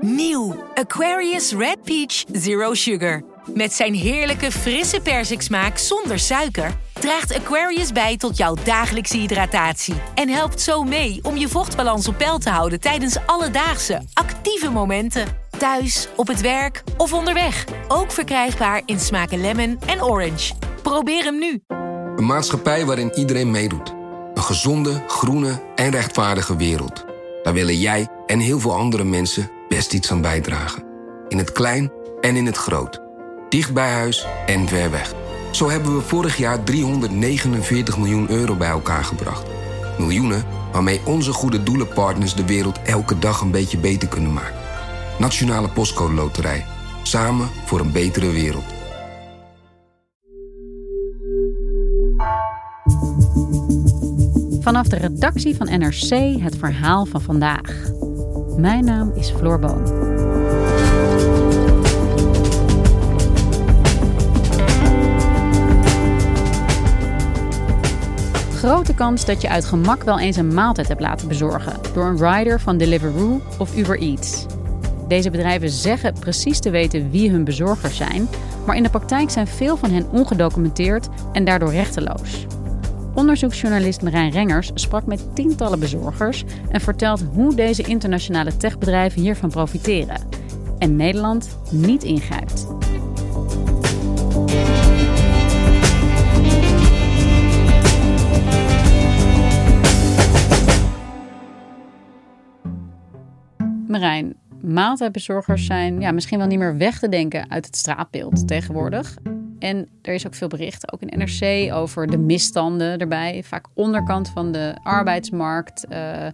Nieuw Aquarius Red Peach Zero Sugar. Met zijn heerlijke frisse persiksmaak zonder suiker draagt Aquarius bij tot jouw dagelijkse hydratatie. En helpt zo mee om je vochtbalans op peil te houden tijdens alledaagse, actieve momenten. Thuis, op het werk of onderweg. Ook verkrijgbaar in smaken lemon en orange. Probeer hem nu. Een maatschappij waarin iedereen meedoet. Een gezonde, groene en rechtvaardige wereld. Daar willen jij en heel veel andere mensen best iets aan bijdragen. In het klein en in het groot. Dicht bij huis en ver weg. Zo hebben we vorig jaar 349 miljoen euro bij elkaar gebracht. Miljoenen waarmee onze goede doelenpartners de wereld elke dag een beetje beter kunnen maken. Nationale Postcode Loterij. Samen voor een betere wereld. Vanaf de redactie van NRC het verhaal van vandaag. Mijn naam is Floor Boon. Grote kans dat je uit gemak wel eens een maaltijd hebt laten bezorgen door een rider van Deliveroo of Uber Eats. Deze bedrijven zeggen precies te weten wie hun bezorgers zijn, maar in de praktijk zijn veel van hen ongedocumenteerd en daardoor rechteloos. Onderzoeksjournalist Marijn Rengers sprak met tientallen bezorgers en vertelt hoe deze internationale techbedrijven hiervan profiteren. En Nederland niet ingrijpt. Marijn, maaltijdbezorgers zijn misschien wel niet meer weg te denken uit het straatbeeld tegenwoordig. En er is ook veel bericht, ook in NRC, over de misstanden erbij. Vaak onderkant van de arbeidsmarkt,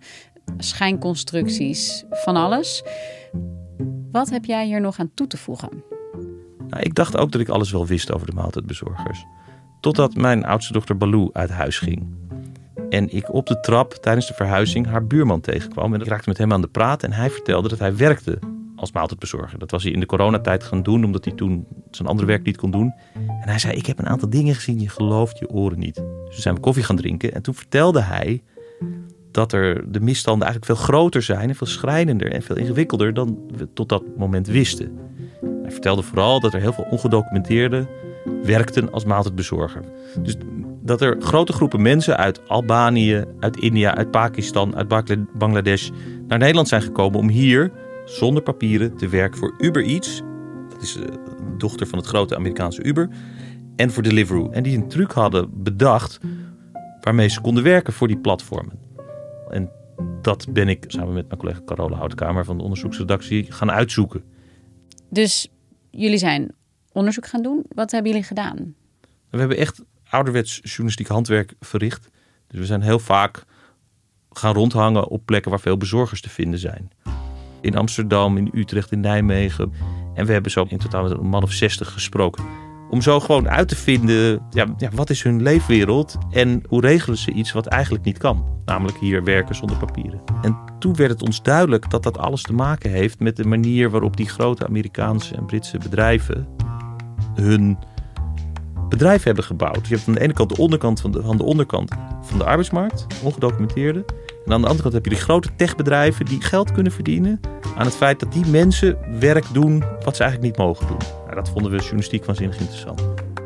schijnconstructies, van alles. Wat heb jij hier nog aan toe te voegen? Nou, ik dacht ook dat ik alles wel wist over de maaltijdbezorgers. Totdat mijn oudste dochter Baloo uit huis ging. En ik op de trap tijdens de verhuizing haar buurman tegenkwam. En ik raakte met hem aan de praat en hij vertelde dat hij werkte als maaltijdbezorger. Dat was hij in de coronatijd gaan doen, omdat hij toen zijn andere werk niet kon doen. En hij zei, ik heb een aantal dingen gezien, je gelooft je oren niet. Dus we zijn koffie gaan drinken en toen vertelde hij dat er de misstanden eigenlijk veel groter zijn en veel schrijnender en veel ingewikkelder dan we tot dat moment wisten. Hij vertelde vooral dat er heel veel ongedocumenteerden werkten als maaltijdbezorger. Dus dat er grote groepen mensen uit Albanië, uit India, uit Pakistan, uit Bangladesh naar Nederland zijn gekomen om hier zonder papieren te werken voor Uber Eats. Dat is de dochter van het grote Amerikaanse Uber. En voor Deliveroo. En die een truc hadden bedacht waarmee ze konden werken voor die platformen. En dat ben ik samen met mijn collega Carola Houtkamer van de onderzoeksredactie gaan uitzoeken. Dus jullie zijn onderzoek gaan doen. Wat hebben jullie gedaan? We hebben echt ouderwets journalistiek handwerk verricht. Dus we zijn heel vaak gaan rondhangen op plekken waar veel bezorgers te vinden zijn. In Amsterdam, in Utrecht, in Nijmegen. En we hebben zo in totaal met een man of 60 gesproken. Om zo gewoon uit te vinden, wat is hun leefwereld en hoe regelen ze iets wat eigenlijk niet kan. Namelijk hier werken zonder papieren. En toen werd het ons duidelijk dat dat alles te maken heeft met de manier waarop die grote Amerikaanse en Britse bedrijven hun bedrijf hebben gebouwd. Je hebt aan de ene kant de onderkant van de onderkant van de arbeidsmarkt, ongedocumenteerde. En aan de andere kant heb je die grote techbedrijven die geld kunnen verdienen aan het feit dat die mensen werk doen wat ze eigenlijk niet mogen doen. Nou, dat vonden we journalistiek waanzinnig interessant.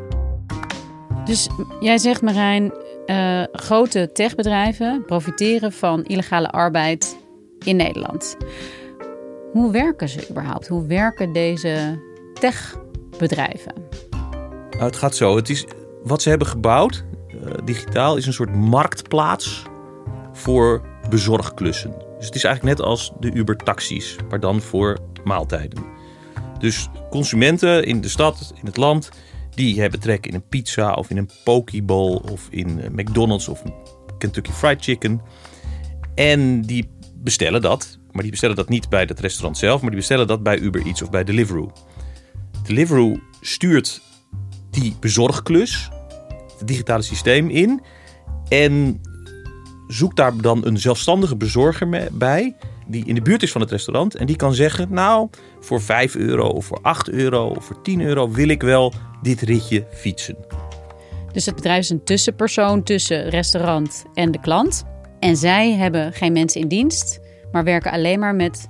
Dus jij zegt, Marijn, grote techbedrijven profiteren van illegale arbeid in Nederland. Hoe werken ze überhaupt? Hoe werken deze techbedrijven? Nou, het gaat zo. Het is wat ze hebben gebouwd, digitaal, is een soort marktplaats voor bezorgklussen. Dus het is eigenlijk net als de Uber-taxis, maar dan voor maaltijden. Dus consumenten in de stad, in het land, die hebben trek in een pizza of in een pokeball of in McDonald's of Kentucky Fried Chicken. En die bestellen dat, maar die bestellen dat niet bij het restaurant zelf, maar die bestellen dat bij Uber Eats of bij Deliveroo. Deliveroo stuurt die bezorgklus, het digitale systeem in en zoekt daar dan een zelfstandige bezorger bij die in de buurt is van het restaurant en die kan zeggen, nou, voor €5 of voor €8 of voor €10 wil ik wel dit ritje fietsen. Dus het bedrijf is een tussenpersoon tussen restaurant en de klant. En zij hebben geen mensen in dienst, maar werken alleen maar met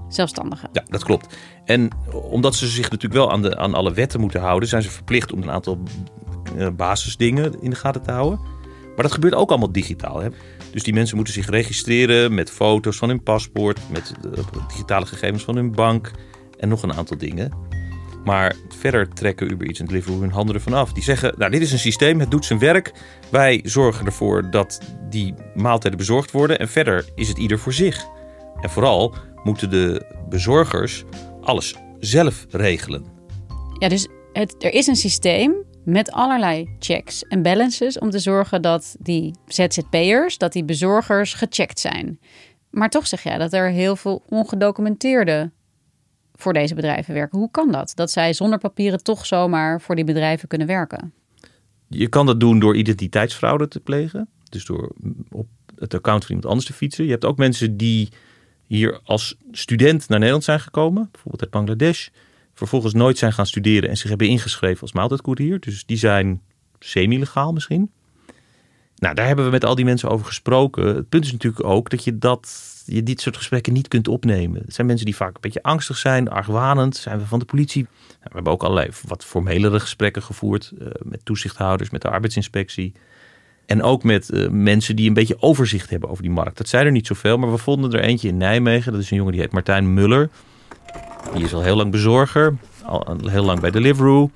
zelfstandigen. Ja, dat klopt. En omdat ze zich natuurlijk wel aan alle wetten moeten houden, zijn ze verplicht om een aantal basisdingen in de gaten te houden. Maar dat gebeurt ook allemaal digitaal. Hè? Dus die mensen moeten zich registreren met foto's van hun paspoort, met de digitale gegevens van hun bank en nog een aantal dingen. Maar verder trekken Uber Eats en Deliveroo hun handen ervan af. Die zeggen, nou, dit is een systeem, het doet zijn werk. Wij zorgen ervoor dat die maaltijden bezorgd worden. En verder is het ieder voor zich. En vooral moeten de bezorgers alles zelf regelen. Ja, dus er is een systeem met allerlei checks en balances om te zorgen dat die ZZP'ers, dat die bezorgers gecheckt zijn. Maar toch zeg jij dat er heel veel ongedocumenteerden voor deze bedrijven werken. Hoe kan dat? Dat zij zonder papieren toch zomaar voor die bedrijven kunnen werken? Je kan dat doen door identiteitsfraude te plegen. Dus door op het account van iemand anders te fietsen. Je hebt ook mensen die hier als student naar Nederland zijn gekomen. Bijvoorbeeld uit Bangladesh. Vervolgens nooit zijn gaan studeren en zich hebben ingeschreven als maaltijdcourier. Dus die zijn semi-legaal misschien. Nou, daar hebben we met al die mensen over gesproken. Het punt is natuurlijk ook dat je dit soort gesprekken niet kunt opnemen. Het zijn mensen die vaak een beetje angstig zijn, argwanend. Zijn we van de politie? Nou, we hebben ook allerlei wat formelere gesprekken gevoerd met toezichthouders, met de arbeidsinspectie. En ook met mensen die een beetje overzicht hebben over die markt. Dat zijn er niet zoveel, maar we vonden er eentje in Nijmegen. Dat is een jongen die heet Martijn Muller. Die is al heel lang bezorger, al heel lang bij Deliveroo.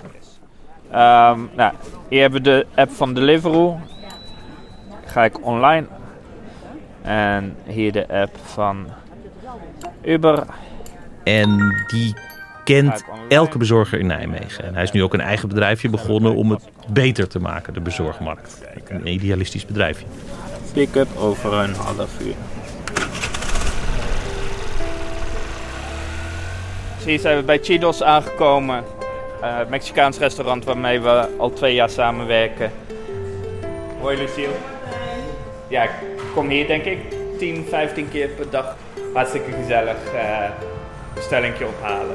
Hier hebben we de app van Deliveroo. Ga ik online. En hier de app van Uber. En die kent elke bezorger in Nijmegen. En hij is nu ook een eigen bedrijfje begonnen om het beter te maken, de bezorgmarkt. Een idealistisch bedrijfje. Pick-up over een half uur. Hier zijn we bij Chidos aangekomen. Het Mexicaans restaurant waarmee we al 2 jaar samenwerken. Hoi Lucille. Ja, ik kom hier denk ik 10, 15 keer per dag. Hartstikke gezellig bestellingje ophalen.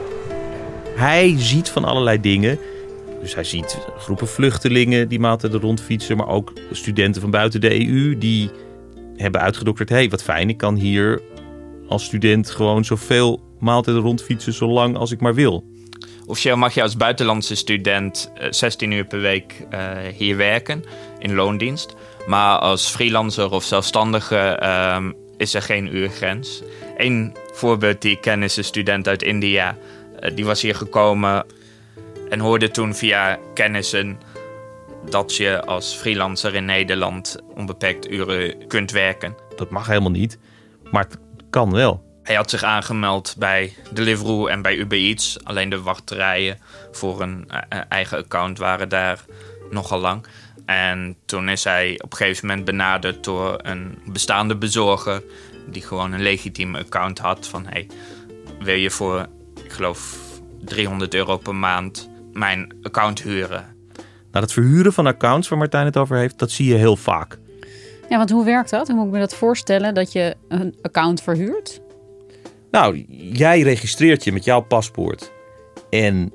Hij ziet van allerlei dingen. Dus hij ziet groepen vluchtelingen die maaltijden rondfietsen. Maar ook studenten van buiten de EU die hebben uitgedokterd. Hé, wat fijn, ik kan hier als student gewoon zoveel maaltijden rondfietsen zolang als ik maar wil. Officieel mag je als buitenlandse student 16 uur per week hier werken in loondienst. Maar als freelancer of zelfstandige is er geen uurgrens. Eén voorbeeld die ik ken is een student uit India. Die was hier gekomen en hoorde toen via kennissen dat je als freelancer in Nederland onbeperkt uren kunt werken. Dat mag helemaal niet, maar het kan wel. Hij had zich aangemeld bij Deliveroo en bij Uber Eats. Alleen de wachtrijen voor een eigen account waren daar nogal lang. En toen is hij op een gegeven moment benaderd door een bestaande bezorger die gewoon een legitiem account had van hey, wil je voor, ik geloof, €300 per maand mijn account huren? Nou, het verhuren van accounts waar Martijn het over heeft, dat zie je heel vaak. Ja, want hoe werkt dat? Hoe moet ik me dat voorstellen dat je een account verhuurt? Nou, jij registreert je met jouw paspoort en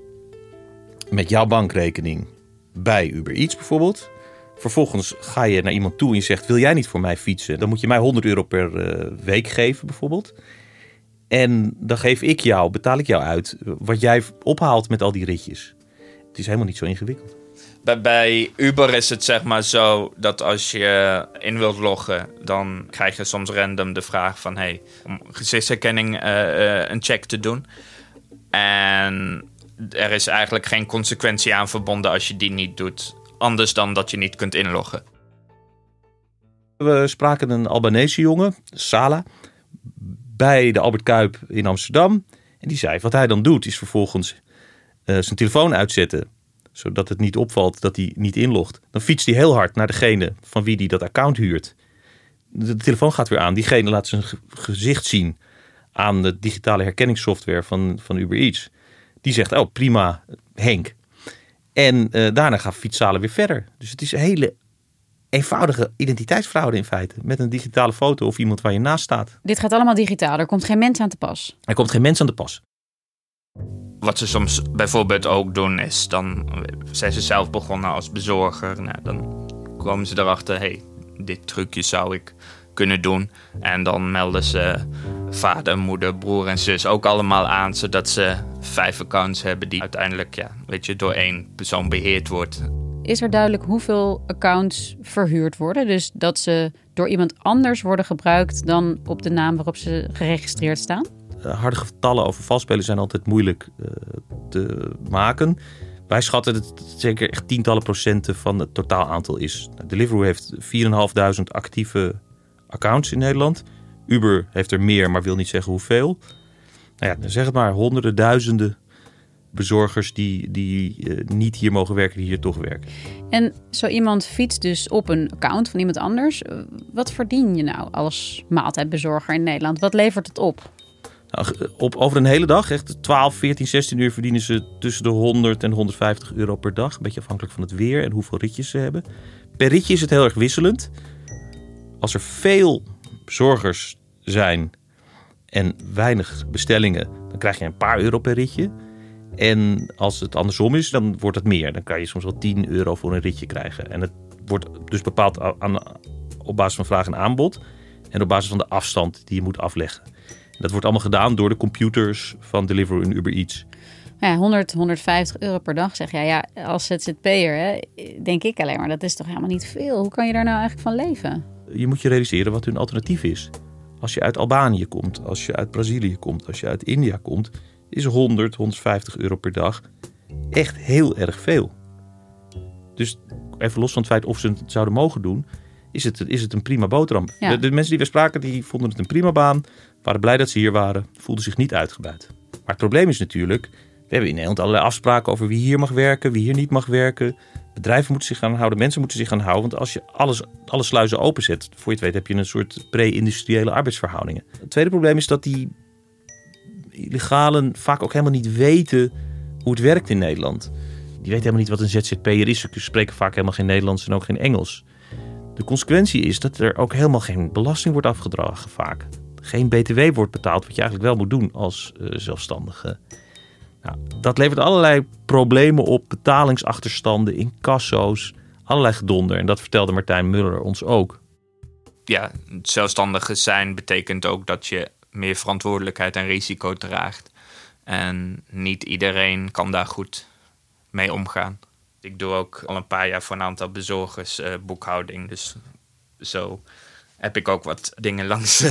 met jouw bankrekening bij Uber Eats bijvoorbeeld. Vervolgens ga je naar iemand toe en je zegt, wil jij niet voor mij fietsen? Dan moet je mij €100 per week geven bijvoorbeeld. En dan betaal ik jou uit wat jij ophaalt met al die ritjes. Het is helemaal niet zo ingewikkeld. Bij Uber is het zeg maar zo dat als je in wilt loggen, dan krijg je soms random de vraag van hey, om gezichtsherkenning een check te doen. En er is eigenlijk geen consequentie aan verbonden als je die niet doet. Anders dan dat je niet kunt inloggen. We spraken een Albanese jongen, Sala, bij de Albert Kuip in Amsterdam. En die zei, wat hij dan doet is vervolgens zijn telefoon uitzetten, zodat het niet opvalt dat hij niet inlogt. Dan fietst hij heel hard naar degene van wie hij dat account huurt. De telefoon gaat weer aan. Diegene laat zijn gezicht zien aan de digitale herkenningssoftware van Uber Eats. Die zegt, oh prima, Henk. En daarna gaat fietszalen weer verder. Dus het is een hele eenvoudige identiteitsfraude in feite. Met een digitale foto of iemand waar je naast staat. Dit gaat allemaal digitaal. Er komt geen mens aan te pas. Er komt geen mens aan de pas. Wat ze soms bijvoorbeeld ook doen is, dan zijn ze zelf begonnen als bezorger. Nou, dan komen ze erachter, hey, dit trucje zou ik kunnen doen. En dan melden ze vader, moeder, broer en zus ook allemaal aan, zodat ze 5 accounts hebben die uiteindelijk door 1 persoon beheerd wordt. Is er duidelijk hoeveel accounts verhuurd worden? Dus dat ze door iemand anders worden gebruikt dan op de naam waarop ze geregistreerd staan? Harde getallen over valspelen zijn altijd moeilijk te maken. Wij schatten dat het zeker echt tientallen procenten van het totaal aantal is. Deliveroo heeft 4.500 actieve accounts in Nederland. Uber heeft er meer, maar wil niet zeggen hoeveel. Nou ja, zeg het maar, honderden, duizenden bezorgers die niet hier mogen werken, die hier toch werken. En zo iemand fietst dus op een account van iemand anders. Wat verdien je nou als maaltijdbezorger in Nederland? Wat levert het op? Nou, over een hele dag, echt 12, 14, 16 uur verdienen ze tussen de 100 en 150 euro per dag. Een beetje afhankelijk van het weer en hoeveel ritjes ze hebben. Per ritje is het heel erg wisselend. Als er veel bezorgers zijn en weinig bestellingen, dan krijg je een paar euro per ritje. En als het andersom is, dan wordt het meer. Dan kan je soms wel 10 euro voor een ritje krijgen. En het wordt dus bepaald op basis van vraag en aanbod. En op basis van de afstand die je moet afleggen. En dat wordt allemaal gedaan door de computers van Deliveroo en Uber Eats. Ja, 100, 150 euro per dag zeg jij. Ja, als ZZP'er denk ik alleen maar, dat is toch helemaal niet veel. Hoe kan je daar nou eigenlijk van leven? Je moet je realiseren wat hun alternatief is. Als je uit Albanië komt, als je uit Brazilië komt, als je uit India komt, is 100, 150 euro per dag echt heel erg veel. Dus even los van het feit of ze het zouden mogen doen, is het een prima boterham. Ja. De mensen die we spraken, die vonden het een prima baan, waren blij dat ze hier waren, voelden zich niet uitgebuit. Maar het probleem is natuurlijk, we hebben in Nederland allerlei afspraken over wie hier mag werken, wie hier niet mag werken. Bedrijven moeten zich gaan houden, mensen moeten zich gaan houden. Want als je alle sluizen openzet, voor je het weet heb je een soort pre-industriële arbeidsverhoudingen. Het tweede probleem is dat die illegalen vaak ook helemaal niet weten hoe het werkt in Nederland. Die weten helemaal niet wat een ZZP'er is. Ze spreken vaak helemaal geen Nederlands en ook geen Engels. De consequentie is dat er ook helemaal geen belasting wordt afgedragen vaak. Geen BTW wordt betaald, wat je eigenlijk wel moet doen als zelfstandige. Nou, dat levert allerlei problemen op, betalingsachterstanden, incasso's, allerlei gedonder. En dat vertelde Martijn Muller ons ook. Ja, zelfstandige zijn betekent ook dat je meer verantwoordelijkheid en risico draagt. En niet iedereen kan daar goed mee omgaan. Ik doe ook al een paar jaar voor een aantal bezorgers boekhouding. Dus zo heb ik ook wat dingen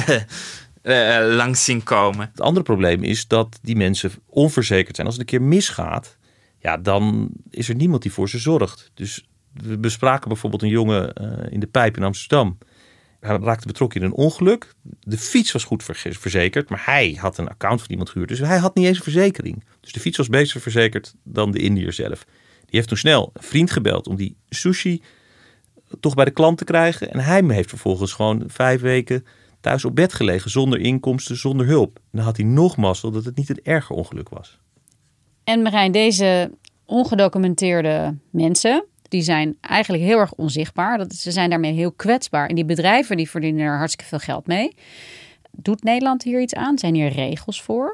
langs zien komen. Het andere probleem is dat die mensen onverzekerd zijn. Als het een keer misgaat, ja, dan is er niemand die voor ze zorgt. Dus we bespraken bijvoorbeeld een jongen in de Pijp in Amsterdam. Hij raakte betrokken in een ongeluk. De fiets was goed verzekerd, maar hij had een account van iemand gehuurd. Dus hij had niet eens een verzekering. Dus de fiets was beter verzekerd dan de Indiër zelf. Die heeft toen snel een vriend gebeld om die sushi toch bij de klant te krijgen. En hij heeft vervolgens gewoon 5 weken thuis op bed gelegen, zonder inkomsten, zonder hulp. En dan had hij nog mazzel dat het niet een erger ongeluk was. En Marijn, deze ongedocumenteerde mensen, die zijn eigenlijk heel erg onzichtbaar. Ze zijn daarmee heel kwetsbaar. En die bedrijven die verdienen er hartstikke veel geld mee. Doet Nederland hier iets aan? Zijn hier regels voor?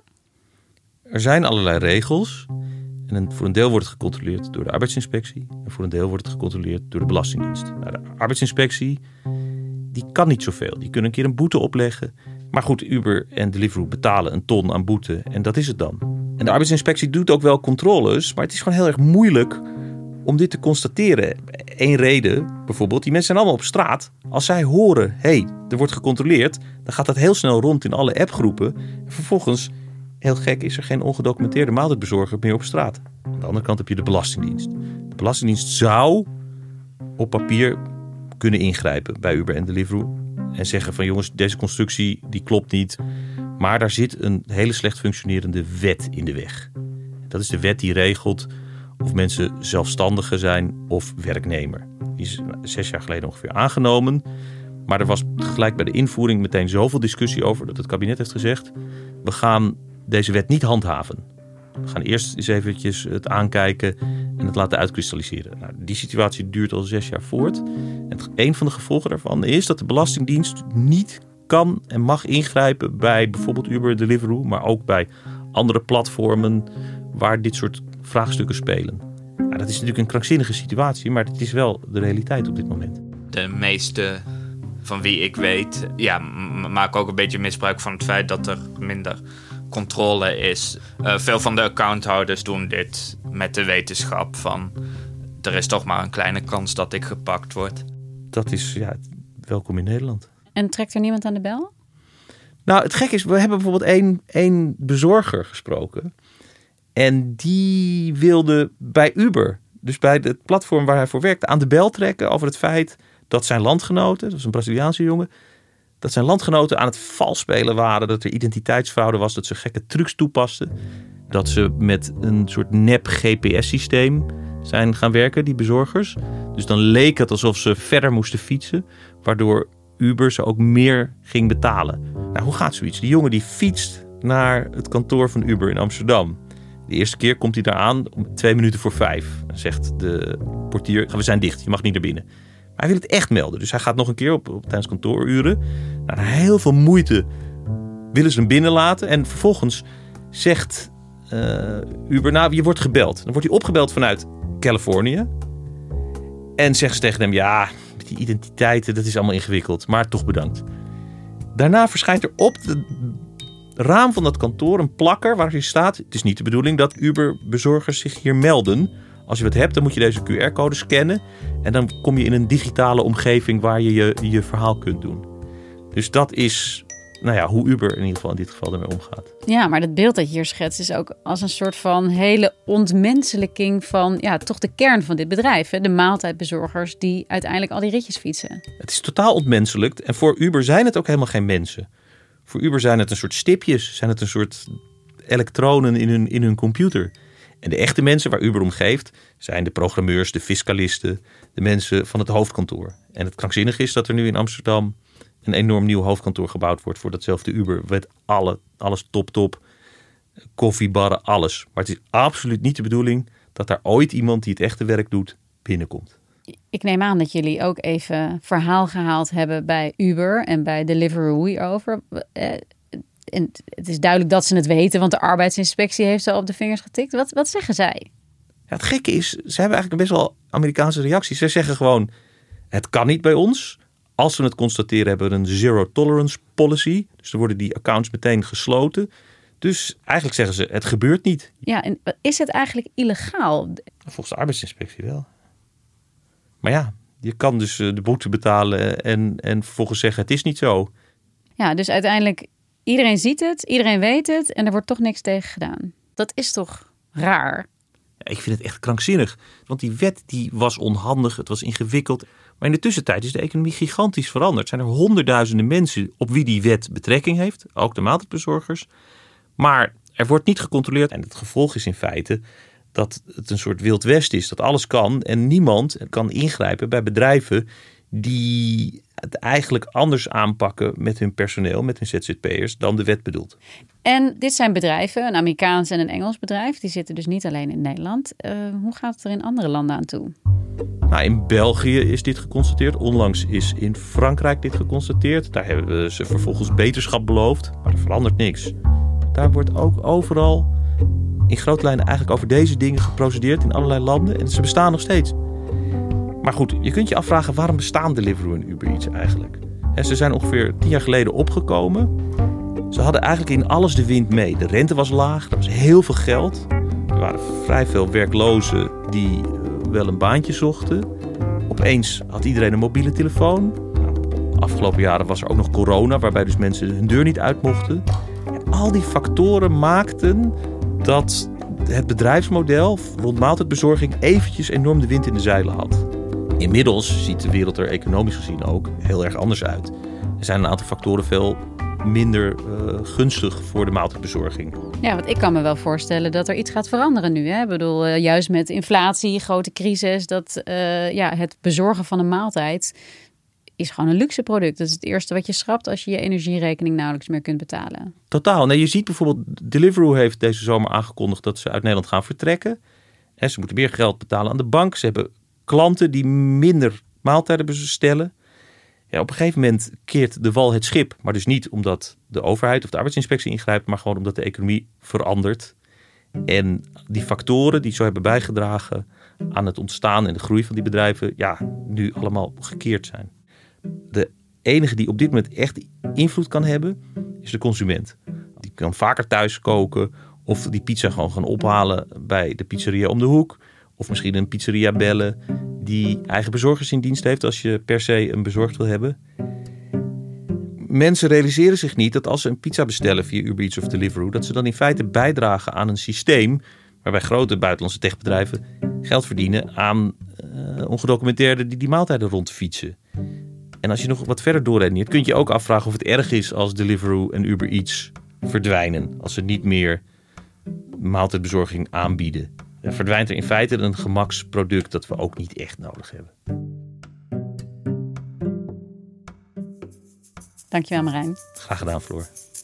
Er zijn allerlei regels. En voor een deel wordt het gecontroleerd door de arbeidsinspectie. En voor een deel wordt het gecontroleerd door de Belastingdienst. Nou, de arbeidsinspectie die kan niet zoveel. Die kunnen een keer een boete opleggen. Maar goed, Uber en Deliveroo betalen een ton aan boete. En dat is het dan. En de arbeidsinspectie doet ook wel controles. Maar het is gewoon heel erg moeilijk om dit te constateren. Eén reden bijvoorbeeld. Die mensen zijn allemaal op straat. Als zij horen, er wordt gecontroleerd. Dan gaat dat heel snel rond in alle appgroepen. En vervolgens, heel gek, is er geen ongedocumenteerde maaltijdbezorger meer op straat. Aan de andere kant heb je de Belastingdienst. De Belastingdienst zou op papier kunnen ingrijpen bij Uber en Deliveroo. En zeggen van jongens, deze constructie die klopt niet. Maar daar zit een hele slecht functionerende wet in de weg. Dat is de wet die regelt of mensen zelfstandigen zijn of werknemer. Die is 6 jaar geleden ongeveer aangenomen. Maar er was gelijk bij de invoering meteen zoveel discussie over dat het kabinet heeft gezegd: we gaan deze wet niet handhaven. We gaan eerst eens eventjes het aankijken en het laten uitkristalliseren. Nou, die situatie duurt al 6 jaar voort. En een van de gevolgen daarvan is dat de Belastingdienst niet kan en mag ingrijpen bij bijvoorbeeld Uber, Deliveroo, maar ook bij andere platformen waar dit soort vraagstukken spelen. Nou, dat is natuurlijk een krankzinnige situatie, maar het is wel de realiteit op dit moment. De meeste van wie ik weet, maken ook een beetje misbruik van het feit dat er minder controle is. Veel van de accounthouders doen dit met de wetenschap van er is toch maar een kleine kans dat ik gepakt word. Dat is welkom in Nederland. En trekt er niemand aan de bel? Nou, het gek is, we hebben bijvoorbeeld één bezorger gesproken. En die wilde bij Uber, dus bij het platform waar hij voor werkte, aan de bel trekken over het feit dat zijn landgenoten, dat was een Braziliaanse jongen, dat zijn landgenoten aan het vals spelen waren, dat er identiteitsfraude was, dat ze gekke trucs toepasten, dat ze met een soort nep GPS-systeem zijn gaan werken, die bezorgers. Dus dan leek het alsof ze verder moesten fietsen, waardoor Uber ze ook meer ging betalen. Nou, hoe gaat zoiets? Die jongen die fietst naar het kantoor van Uber in Amsterdam. De eerste keer komt hij daar aan om 5:02. Dan zegt de portier, we zijn dicht, je mag niet naar binnen. Maar hij wil het echt melden. Dus hij gaat nog een keer tijdens kantooruren. Na heel veel moeite willen ze hem binnenlaten. En vervolgens zegt Uber, je wordt gebeld. Dan wordt hij opgebeld vanuit Californië. En zegt ze tegen hem, met die identiteiten, dat is allemaal ingewikkeld. Maar toch bedankt. Daarna verschijnt er op het raam van dat kantoor een plakker waarin staat, het is niet de bedoeling dat Uber-bezorgers zich hier melden. Als je wat hebt, dan moet je deze QR-code scannen. En dan kom je in een digitale omgeving waar je je verhaal kunt doen. Dus dat is hoe Uber in ieder geval in dit geval ermee omgaat. Ja, maar dat beeld dat je hier schetst is ook als een soort van hele ontmenselijking van toch de kern van dit bedrijf. Hè? De maaltijdbezorgers die uiteindelijk al die ritjes fietsen. Het is totaal ontmenselijkt. En voor Uber zijn het ook helemaal geen mensen. Voor Uber zijn het een soort stipjes. Zijn het een soort elektronen in hun computer. En de echte mensen waar Uber om geeft zijn de programmeurs, de fiscalisten, de mensen van het hoofdkantoor. En het krankzinnige is dat er nu in Amsterdam een enorm nieuw hoofdkantoor gebouwd wordt voor datzelfde Uber. Met alles top, koffiebarren, alles. Maar het is absoluut niet de bedoeling dat daar ooit iemand die het echte werk doet binnenkomt. Ik neem aan dat jullie ook even verhaal gehaald hebben bij Uber en bij Deliveroo hierover. En het is duidelijk dat ze het weten, want de arbeidsinspectie heeft ze op de vingers getikt. Wat zeggen zij? Ja, het gekke is, ze hebben eigenlijk best wel Amerikaanse reacties. Zij zeggen gewoon, het kan niet bij ons. Als we het constateren, hebben we een zero tolerance policy. Dus dan worden die accounts meteen gesloten. Dus eigenlijk zeggen ze, het gebeurt niet. Ja, en is het eigenlijk illegaal? Volgens de arbeidsinspectie wel. Maar je kan dus de boete betalen en vervolgens zeggen, het is niet zo. Ja, dus uiteindelijk, iedereen ziet het, iedereen weet het en er wordt toch niks tegen gedaan. Dat is toch raar? Ja, ik vind het echt krankzinnig. Want die wet die was onhandig, het was ingewikkeld. Maar in de tussentijd is de economie gigantisch veranderd. Zijn er honderdduizenden mensen op wie die wet betrekking heeft. Ook de maaltijdbezorgers. Maar er wordt niet gecontroleerd. En het gevolg is in feite dat het een soort Wild West is. Dat alles kan en niemand kan ingrijpen bij bedrijven die het eigenlijk anders aanpakken met hun personeel, met hun ZZP'ers, dan de wet bedoelt. En dit zijn bedrijven, een Amerikaans en een Engels bedrijf. Die zitten dus niet alleen in Nederland. Hoe gaat het er in andere landen aan toe? Nou, in België is dit geconstateerd. Onlangs is in Frankrijk dit geconstateerd. Daar hebben ze vervolgens beterschap beloofd. Maar er verandert niks. Daar wordt ook overal in grote lijnen eigenlijk over deze dingen geprocedeerd in allerlei landen. En ze bestaan nog steeds. Maar goed, je kunt je afvragen, waarom bestaan Deliveroo en Uber Eats eigenlijk? En ze zijn ongeveer 10 jaar geleden opgekomen. Ze hadden eigenlijk in alles de wind mee. De rente was laag, er was heel veel geld. Er waren vrij veel werklozen die wel een baantje zochten. Opeens had iedereen een mobiele telefoon. De afgelopen jaren was er ook nog corona, waarbij dus mensen hun deur niet uit mochten. En al die factoren maakten dat het bedrijfsmodel rond maaltijdbezorging eventjes enorm de wind in de zeilen had. Inmiddels ziet de wereld er economisch gezien ook heel erg anders uit. Er zijn een aantal factoren veel minder gunstig voor de maaltijdbezorging. Ja, want ik kan me wel voorstellen dat er iets gaat veranderen nu. Hè? Ik bedoel, juist met inflatie, grote crisis, dat het bezorgen van een maaltijd is gewoon een luxe product. Dat is het eerste wat je schrapt als je je energierekening nauwelijks meer kunt betalen. Totaal. Nee, je ziet bijvoorbeeld, Deliveroo heeft deze zomer aangekondigd dat ze uit Nederland gaan vertrekken. En ze moeten meer geld betalen aan de bank. Ze hebben klanten die minder maaltijden bestellen. Ja, op een gegeven moment keert de wal het schip. Maar dus niet omdat de overheid of de arbeidsinspectie ingrijpt, maar gewoon omdat de economie verandert. En die factoren die zo hebben bijgedragen aan het ontstaan en de groei van die bedrijven, nu allemaal gekeerd zijn. De enige die op dit moment echt invloed kan hebben, is de consument. Die kan vaker thuis koken of die pizza gewoon gaan ophalen bij de pizzeria om de hoek. Of misschien een pizzeria bellen die eigen bezorgers in dienst heeft als je per se een bezorgd wil hebben. Mensen realiseren zich niet dat als ze een pizza bestellen via Uber Eats of Deliveroo, dat ze dan in feite bijdragen aan een systeem waarbij grote buitenlandse techbedrijven geld verdienen aan ongedocumenteerden die maaltijden rondfietsen. En als je nog wat verder doorredeneert, kun je ook afvragen of het erg is als Deliveroo en Uber Eats verdwijnen. Als ze niet meer maaltijdbezorging aanbieden. Dan verdwijnt er in feite een gemaksproduct dat we ook niet echt nodig hebben. Dankjewel, Marijn. Graag gedaan, Floor.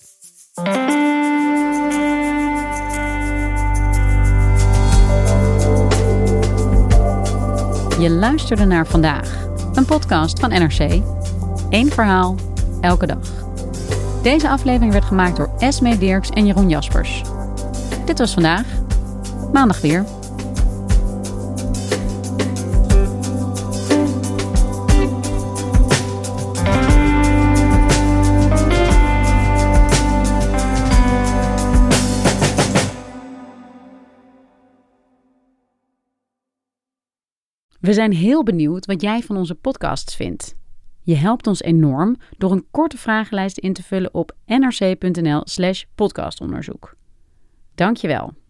Je luisterde naar Vandaag, een podcast van NRC. Eén verhaal, elke dag. Deze aflevering werd gemaakt door Esme Dirks en Jeroen Jaspers. Dit was Vandaag. Maandag weer. We zijn heel benieuwd wat jij van onze podcasts vindt. Je helpt ons enorm door een korte vragenlijst in te vullen op nrc.nl/podcastonderzoek. Dank je wel.